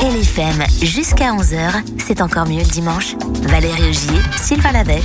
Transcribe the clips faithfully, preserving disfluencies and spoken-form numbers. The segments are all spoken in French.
L F M jusqu'à onze heures, c'est encore mieux le dimanche. Valérie Augier, Sylvain Lavet.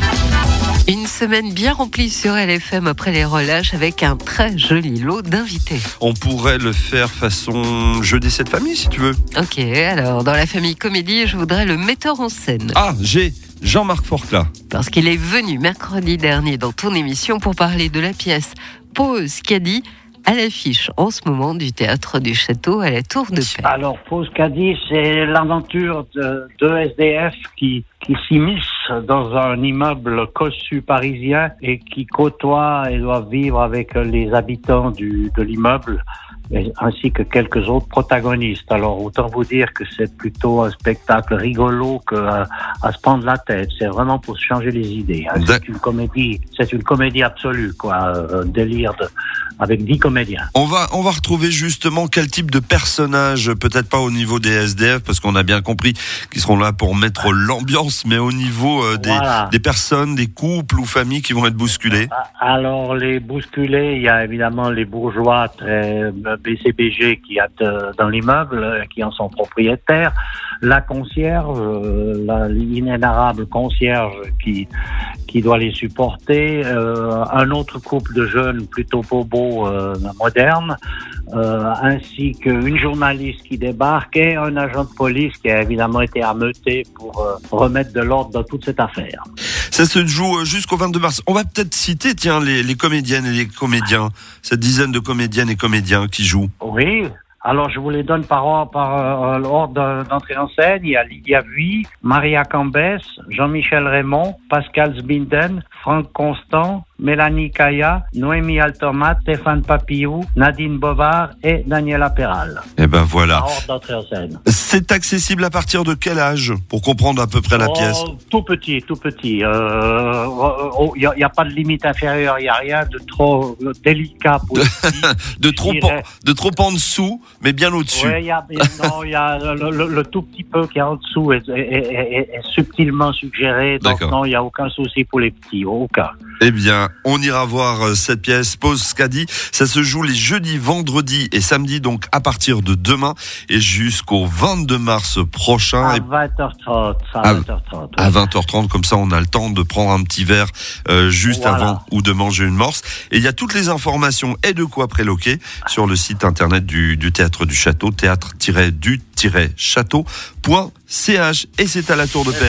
Une semaine bien remplie sur L F M après les relâches avec un très joli lot d'invités. On pourrait le faire façon jeu des sept familles si tu veux. Ok, alors dans la famille comédie, je voudrais le metteur en scène. Ah, j'ai Jean-Marc Forclat. Parce qu'il est venu mercredi dernier dans ton émission pour parler de la pièce Pause Caddy, à l'affiche en ce moment du Théâtre du Château à la Tour de Paix. Alors, Pause Caddy, c'est l'aventure de deux S D F qui, qui s'immiscent dans un immeuble cossu parisien et qui côtoient et doivent vivre avec les habitants du, de l'immeuble, ainsi que quelques autres protagonistes. Alors, autant vous dire que c'est plutôt un spectacle rigolo qu'à à se prendre la tête. C'est vraiment pour se changer les idées. Hein. C'est une comédie, c'est une comédie absolue, quoi. Un délire de, avec dix comédiens. On va, on va retrouver justement quel type de personnages, peut-être pas au niveau des S D F, parce qu'on a bien compris qu'ils seront là pour mettre l'ambiance, mais au niveau euh, des, voilà. des personnes, des couples ou familles qui vont être bousculés. Alors, les bousculés, il y a évidemment les bourgeois très B C B G qui a dans l'immeuble, qui en sont propriétaires, la concierge, la, l'inénarrable concierge qui qui doit les supporter, euh, un autre couple de jeunes plutôt bobos euh, modernes, euh, ainsi qu'une journaliste qui débarque et un agent de police qui a évidemment été ameuté pour euh, remettre de l'ordre dans toute cette affaire. Ça se joue jusqu'au vingt-deux mars. On va peut-être citer, tiens, les, les comédiennes et les comédiens, cette dizaine de comédiennes et comédiens qui jouent. Oui. Alors, je vous les donne par, par euh, ordre d'entrée en scène. Il y a Lydia Vuy, Maria Cambès, Jean-Michel Raymond, Pascal Zbinden, Franck Constant, Mélanie Kaya, Noémie Altomat, Stéphane Papillou, Nadine Bovard et Daniela Peral. Et ben voilà. Par ordre d'entrée en scène. C'est accessible à partir de quel âge pour comprendre à peu près la oh, pièce? Tout petit, tout petit. Il euh, n'y a, a pas de limite inférieure, il n'y a rien de trop délicat pour de, trop en, de trop en dessous, mais bien au-dessus. Oui, il y a, non, il y a le, le, le tout petit peu qui est en dessous est, est, est, est subtilement suggéré. Donc D'accord. Non, il n'y a aucun souci pour les petits, aucun. Eh bien, on ira voir cette pièce Pause Caddy. Ça se joue les jeudis, vendredis et samedis, donc à partir de demain et jusqu'au vingt-deux mars prochain. À vingt heures trente. À vingt heures trente. À vingt heures trente, comme ça on a le temps de prendre un petit verre euh, juste voilà. avant ou de manger une morse. Et il y a toutes les informations et de quoi préloquer sur le site internet du, du Théâtre du Château, théâtre du château point c h. Et c'est à la Tour de Paix.